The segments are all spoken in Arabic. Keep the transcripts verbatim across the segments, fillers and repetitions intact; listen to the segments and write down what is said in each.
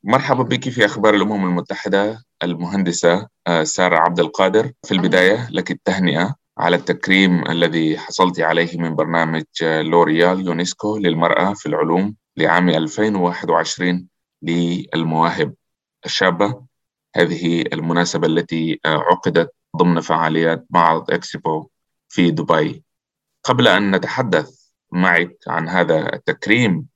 مرحبا بك في أخبار الأمم المتحدة المهندسة آه، سارة عبد القادر. في أهلا بك. البداية لك التهنئة على التكريم الذي حصلت عليه من برنامج آه، لوريال يونسكو للمرأة في العلوم لعام ألفين وواحد وعشرين للمواهب الشابة. هذه المناسبة التي آه، عقدت ضمن فعاليات معرض إكسبو في دبي. قبل أن نتحدث معك عن هذا التكريم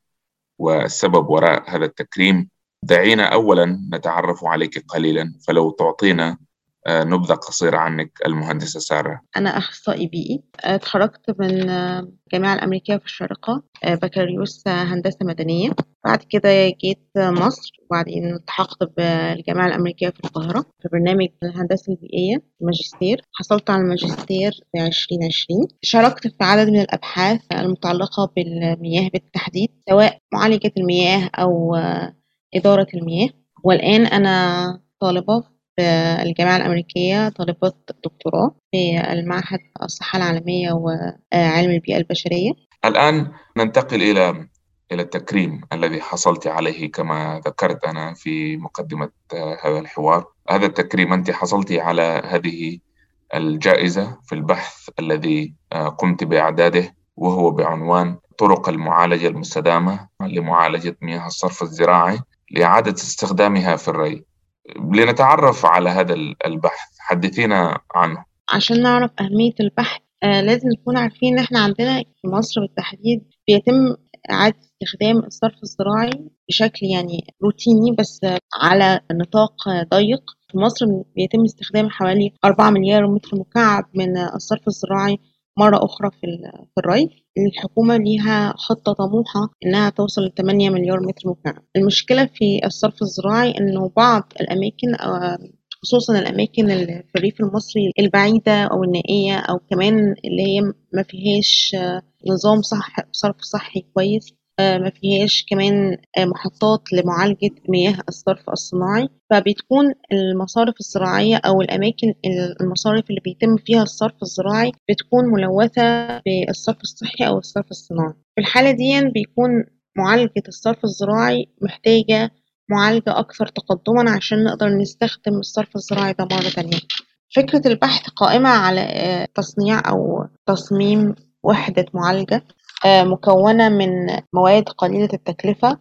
والسبب وراء هذا التكريم، دعينا أولا نتعرف عليك قليلا، فلو تعطينا آه، نبذة قصيرة عنك المهندسة سارة. أنا أخصائي بيئي، اتخرجت من آه، الجامعة الأمريكية في الشارقة، آه، بكالوريوس آه، هندسة مدنية. بعد كده جيت آه، مصر، وبعدين التحقت بالجامعة الأمريكية في القاهرة في برنامج الهندسة البيئية ماجستير. حصلت على الماجستير في عشرين عشرين. شاركت في عدد من الأبحاث المتعلقة بالمياه بالتحديد، سواء معالجة المياه أو آه، إدارة المياه. والآن أنا طالبة في الجامعة الأمريكية، طالبة دكتوراه في المعهد الصحة العالمية وعلم البيئة البشرية. الآن ننتقل إلى إلى التكريم الذي حصلت عليه كما ذكرت أنا في مقدمة آه، هذا الحوار. هذا التكريم أنت حصلت على هذه الجائزة في البحث الذي آه، قمت بإعداده، وهو بعنوان طرق المعالجة المستدامة لمعالجة مياه الصرف الزراعي لإعادة استخدامها في الري. لنتعرف على هذا البحث، حدثينا عنه. عشان نعرف أهمية البحث آه لازم نكون عارفين إن إحنا عندنا في مصر بالتحديد بيتم إعادة استخدام الصرف الزراعي بشكل يعني روتيني، بس آه، على نطاق آه، ضيق. في مصر بيتم استخدام حوالي أربعة مليار متر مكعب من آه، الصرف الزراعي مرة أخرى في ال- في الري. الحكومة ليها خطة طموحة إنها توصل ل ثمانية مليار متر مكعب. المشكلة في الصرف الزراعي إنه بعض الأماكن آه، خصوصا الأماكن اللي في الريف المصري البعيدة أو النائية، أو كمان اللي هي ما فيهاش آه، نظام صح صرف صحي كويس، آه، ما فيهاش كمان آه، محطات لمعالجة مياه الصرف الصناعي. فبتكون المصارف الزراعية أو الأماكن المصارف اللي بيتم فيها الصرف الزراعي بتكون ملوثة بالصرف الصحي أو الصرف الصناعي. في الحالة دي بيكون معالجة الصرف الزراعي محتاجة معالجة أكثر تقدمًا عشان نقدر نستخدم الصرف الزراعي ده مرة تانية. فكرة البحث قائمة على آآ تصنيع أو تصميم وحدة معالجة آآ مكونة من مواد قليلة التكلفة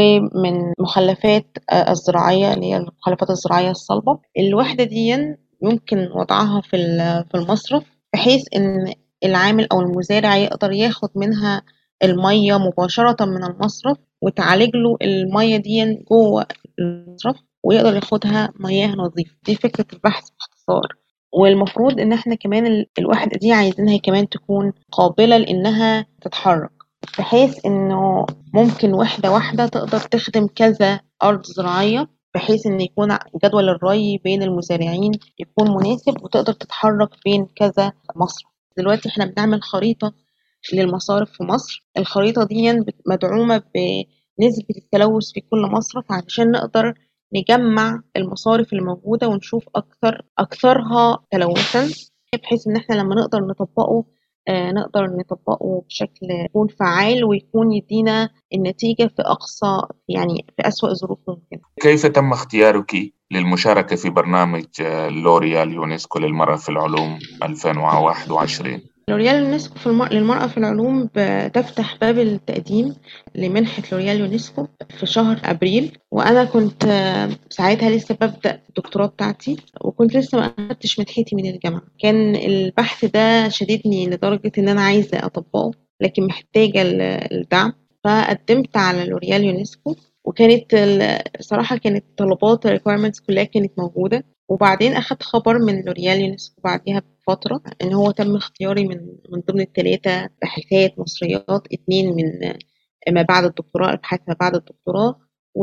ومن مخلفات آآ الزراعية اللي هي المخلفات الزراعية الصلبة. الوحدة ديًا يمكن وضعها في ال في المصرف، بحيث إن العامل أو المزارع يقدر ياخد منها المَيّة مباشرةً من المصرف، وتعالج له المَيّة ديًا جوّه المصرف، ويقدر ياخدها مياه نظيفة. دي فكرة البحث باختصار. والمفروض إن إحنا كمان ال الوحدة دي عايزينها كمان تكون قابلة لإنها تتحرك، بحيث إنه ممكن وحدة واحدة تقدر تخدم كذا أرض زراعية، بحيث إن يكون جدول الري بين المزارعين يكون مناسب، وتقدر تتحرك بين كذا مصرف. دلوقتي إحنا بنعمل خريطة للمصارف في مصر. الخريطة ديًا بت مدعومة بنسبة التلوث في كل مصرف، علشان نقدر نجمّع المصارف اللي موجودة ونشوف أكتر أكثرها تلوثًا، بحيث إن إحنا لمّا نقدر نطبّقه آآ نقدر نطبّقه بشكل يكون فعّال، ويكون يدّينا النتيجة في أقصى يعني في أسوأ ظروف ممكنة. كيف تم اختيارك للمشاركة في برنامج آه، لوريال يونسكو للمرأة في العلوم ألفين وواحد وعشرين؟ لوريال يونسكو في الم... للمرأة في العلوم بتفتح باب التقديم لمنحة لوريال يونسكو في شهر أبريل. وأنا كنت آه، ساعتها لسه ببدأ الدكتوراه بتاعتي، وكنت لسه ما أخدتش منحتي من الجامعة. كان البحث ده شددني لدرجة إن أنا عايزة أطبقه، لكن محتاجة ال- الدعم. فقدمت على لوريال يونسكو، وكانت ال- الصراحة كانت طلبات requirements كلها كانت موجودة. وبعدين أخدت خبر من لوريال يونسكو بعدها بفترة إن هو تم اختياري من من ضمن الثلاثة باحثات مصريات، اتنين من ما بعد الدكتوراه، أبحاث ما بعد الدكتوراه،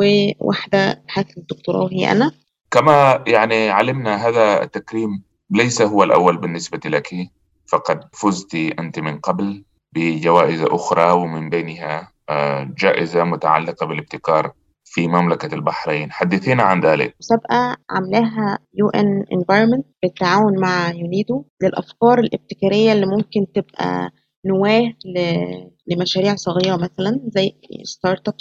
وواحدة أبحاث الدكتوراه وهي أنا. كما يعني علمنا، هذا التكريم ليس هو الأول بالنسبة لك، فقد فزت أنت من قبل بجوائز أخرى، ومن بينها آه، جائزة متعلقة بالابتكار في مملكة البحرين. حدثينا عن ذلك. مسابقة عاملاها يو إن Environment بالتعاون مع يونيدو للأفكار الابتكارية اللي ممكن تبقى نواة ل- لمشاريع صغيرة، مثلا زي ستارت ابس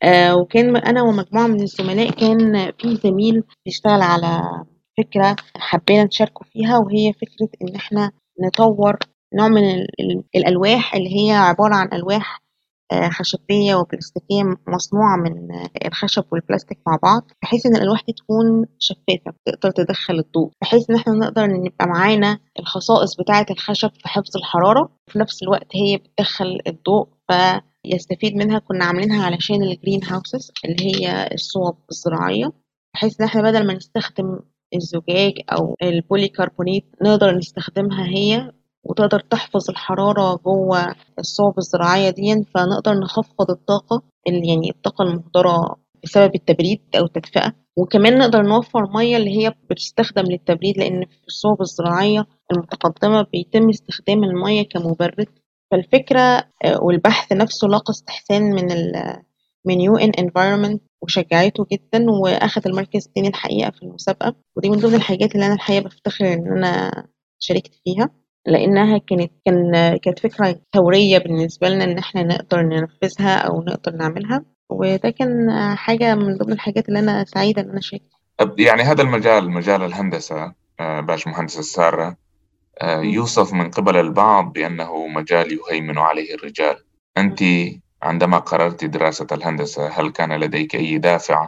آه، وكان أنا ومجموعة من الزملاء كان في زميل بيشتغل على فكرة حبينا نشاركه فيها، وهي فكرة إن إحنا نطور نوع من ال- ال- الألواح اللي هي عبارة عن ألواح آه، خشبية وبلاستيكية مصنوعة من آه، الخشب والبلاستيك مع بعض، بحيث إن الألواح دي تكون شفافة تقدر تدخل الضوء، بحيث إن إحنا نقدر نبقى معانا الخصائص بتاعة الخشب في حفظ الحرارة، وفي نفس الوقت هي بتدخل الضوء فيستفيد منها. كنا عاملينها علشان الجرين هاوسز اللي هي الصوب الزراعية، بحيث إن إحنا بدل ما نستخدم الزجاج أو البوليكربونات نقدر نستخدمها هي، وتقدر تحفظ الحرارة جوه الصوب الزراعية دي، فنقدر نخفض الطاقة اللي يعني الطاقة المهدرة بسبب التبريد أو التدفئة، وكمان نقدر نوفر مية اللي هي بتستخدم للتبريد، لأن في الصوب الزراعية المتقدمة بيتم استخدام المية كمبرد. فالفكرة آه، والبحث نفسه لاقى استحسان من ال من يو ان environment وشجعته جدا، واخد المركز التاني الحقيقة في المسابقة، ودي من ضمن الحاجات اللي انا الحقيقة بفتخر ان انا شاركت فيها، لانها كانت كان كانت فكرة ثورية بالنسبة لنا ان احنا نقدر ننفذها او نقدر نعملها، وده كان حاجة من ضمن الحاجات اللي انا سعيدة ان انا شاركت. أب- يعني هذا المجال، مجال الهندسة، آه، باش مهندسة سارة، آه، مم. يوصف من قبل البعض بأنه مجال يهيمن عليه الرجال. أنت عندما قررت دراسة الهندسة هل كان لديك أي دافع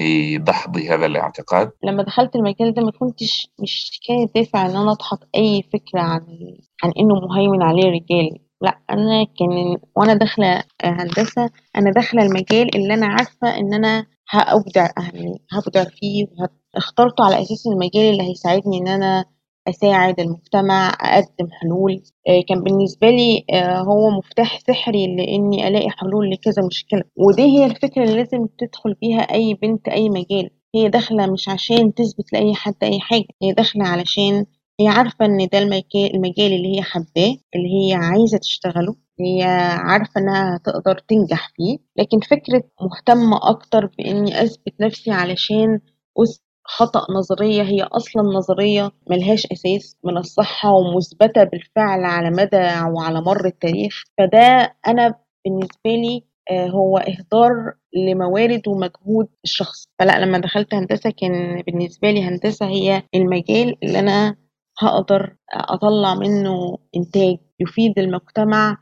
لدحض هذا الاعتقاد؟ لما دخلت المجال ده ما كنتش مش كان دافع ان انا اضحك اي فكرة عن عن انه مهيمن عليه الرجال، لا انا كان وانا داخلة هندسة انا داخلة المجال اللي انا عارفة ان انا هأبدع يعني هبدع فيه، واخترته على اساس المجال اللي هيساعدني ان انا اساعد المجتمع اقدم حلول. آه، كان بالنسبة لي آه، هو مفتاح سحري لاني الاقي حلول لكذا مشكلة، ودي هي الفكرة اللي لازم تدخل بيها اي بنت اي مجال. هي داخلة مش عشان تثبت لأي حد أي حاجة، هي داخلة علشان هي عارفة إن ده المجال, المجال اللي هي حباه، اللي هي عايزة تشتغله، هي عارفة إنها هتقدر تنجح فيه، لكن فكرة مهتمة أكتر بإني أثبت نفسي علشان أثبت خطأ نظرية هي أصلا نظرية ملهاش أساس من الصحة ومثبتة بالفعل على مدى وعلى مر التاريخ. فده أنا بالنسبة لي آه، هو إهدار لموارد ومجهود الشخص. فلا لما دخلت هندسة كان بالنسبة لي هندسة هي المجال اللي أنا هقدر أطلع منه إنتاج يفيد المجتمع،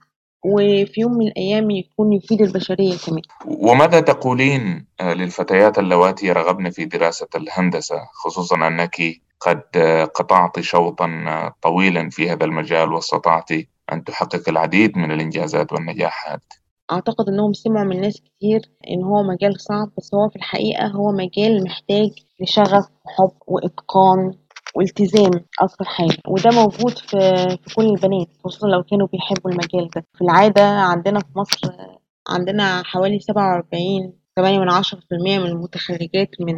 وفي يوم من الأيام يكون يفيد البشرية كمان. وماذا تقولين آه، للفتيات اللواتي يرغبن في دراسة الهندسة، خصوصا أنك قد آه، قطعت شوطا آه، طويلا في هذا المجال واستطعت أن تحقق العديد من الإنجازات والنجاحات؟ أعتقد إنهم سمعوا من ناس كتير إن هو مجال صعب، بس هو في الحقيقة هو مجال محتاج لشغف وحب وإتقان والتزام أكتر حاجة، وده موجود في في كل البنات خصوصا لو كانوا بيحبوا المجال ده. في العادة عندنا في مصر عندنا حوالي سبعة وأربعين تمانية من عشرة في المية من المتخرجات من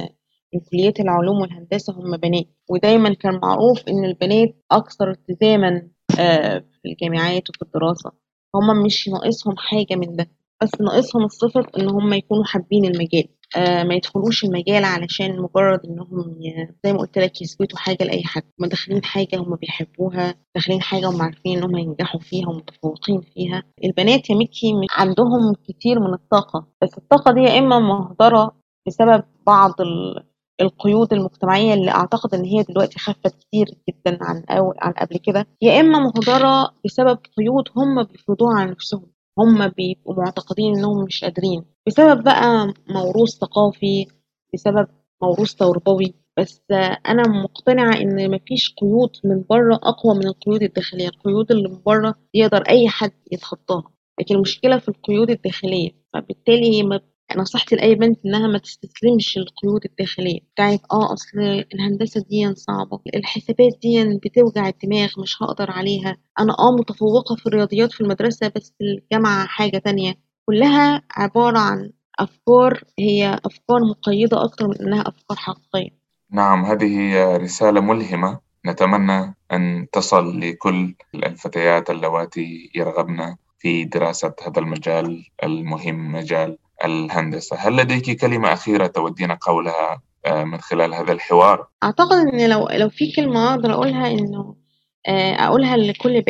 من كليات العلوم والهندسة هم بنات، ودايما كان معروف إن البنات أكثر التزاما آه، في الجامعات وفي الدراسة. هم مش ناقصهم حاجة من ده، بس ناقصهم الصفة إن هم يكونوا حابين المجال. آه ما يدخلوش المجال علشان مجرد إنهم ي- زي ما قلت لك يثبتوا حاجة لأي حد. هم داخلين حاجة هم بيحبوها، داخلين حاجة هم عارفين إنهم هينجحوا فيها ومتفوقين فيها. البنات يا ميكي م- عندهم كتير من الطاقة، بس الطاقة دي يا إما مهدرة بسبب بعض ال- القيود المجتمعية اللي أعتقد إن هي دلوقتي خفت كتير جدا عن أو عن قبل كده، يا إما مهدرة بسبب قيود هم بيفرضوها على نفسهم. هم بيبقوا معتقدين إنهم مش قادرين بسبب بقى موروث ثقافي، بسبب موروث تربوي. بس أنا مقتنعة إن مفيش قيود من بره أقوى من القيود الداخلية. القيود اللي من بره يقدر أي حد يتخطاها، لكن المشكلة في القيود الداخلية. فبالتالي ما نصيحتي لأي بنت إنها ما تستسلمش للقيود الداخلية بتاعت اه أصل الهندسة دي صعبة، الحسابات دي بتوجع الدماغ مش هقدر عليها، أنا اه متفوقة في الرياضيات في المدرسة بس الجامعة حاجة تانية. كلها عبارة عن أفكار، هي أفكار مقيدة أكتر من إنها أفكار حقيقية. نعم، هذه رسالة ملهمة نتمنى أن تصل لكل الفتيات اللواتي يرغبن في دراسة هذا المجال المهم، مجال الهندسة. هل لديك كلمة أخيرة تودين قولها آه، من خلال هذا الحوار؟ أعتقد إن لو لو في كلمة أقدر أقولها إنه آه، أقولها لكل باحث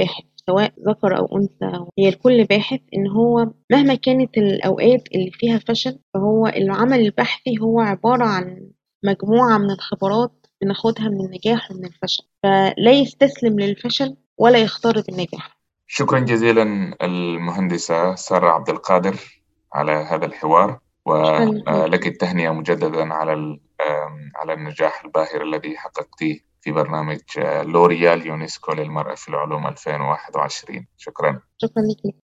سواء ذكر أو أنثى، هي لكل باحث إن هو مهما كانت الأوقات اللي فيها فشل، فهو العمل البحثي هو عبارة عن مجموعة من الخبرات بناخدها من النجاح ومن الفشل، فلا يستسلم للفشل ولا يختار بالنجاح. شكرا جزيلا المهندسة سارة عبد القادر على هذا الحوار، شكرا لك يا ولك ياسين. التهنئة مجددا على ال- آم، على النجاح الباهر الذي حققتيه في برنامج آه، لوريال يونسكو للمرأة في العلوم ألفين وواحد وعشرين. شكرا. شكرا لك.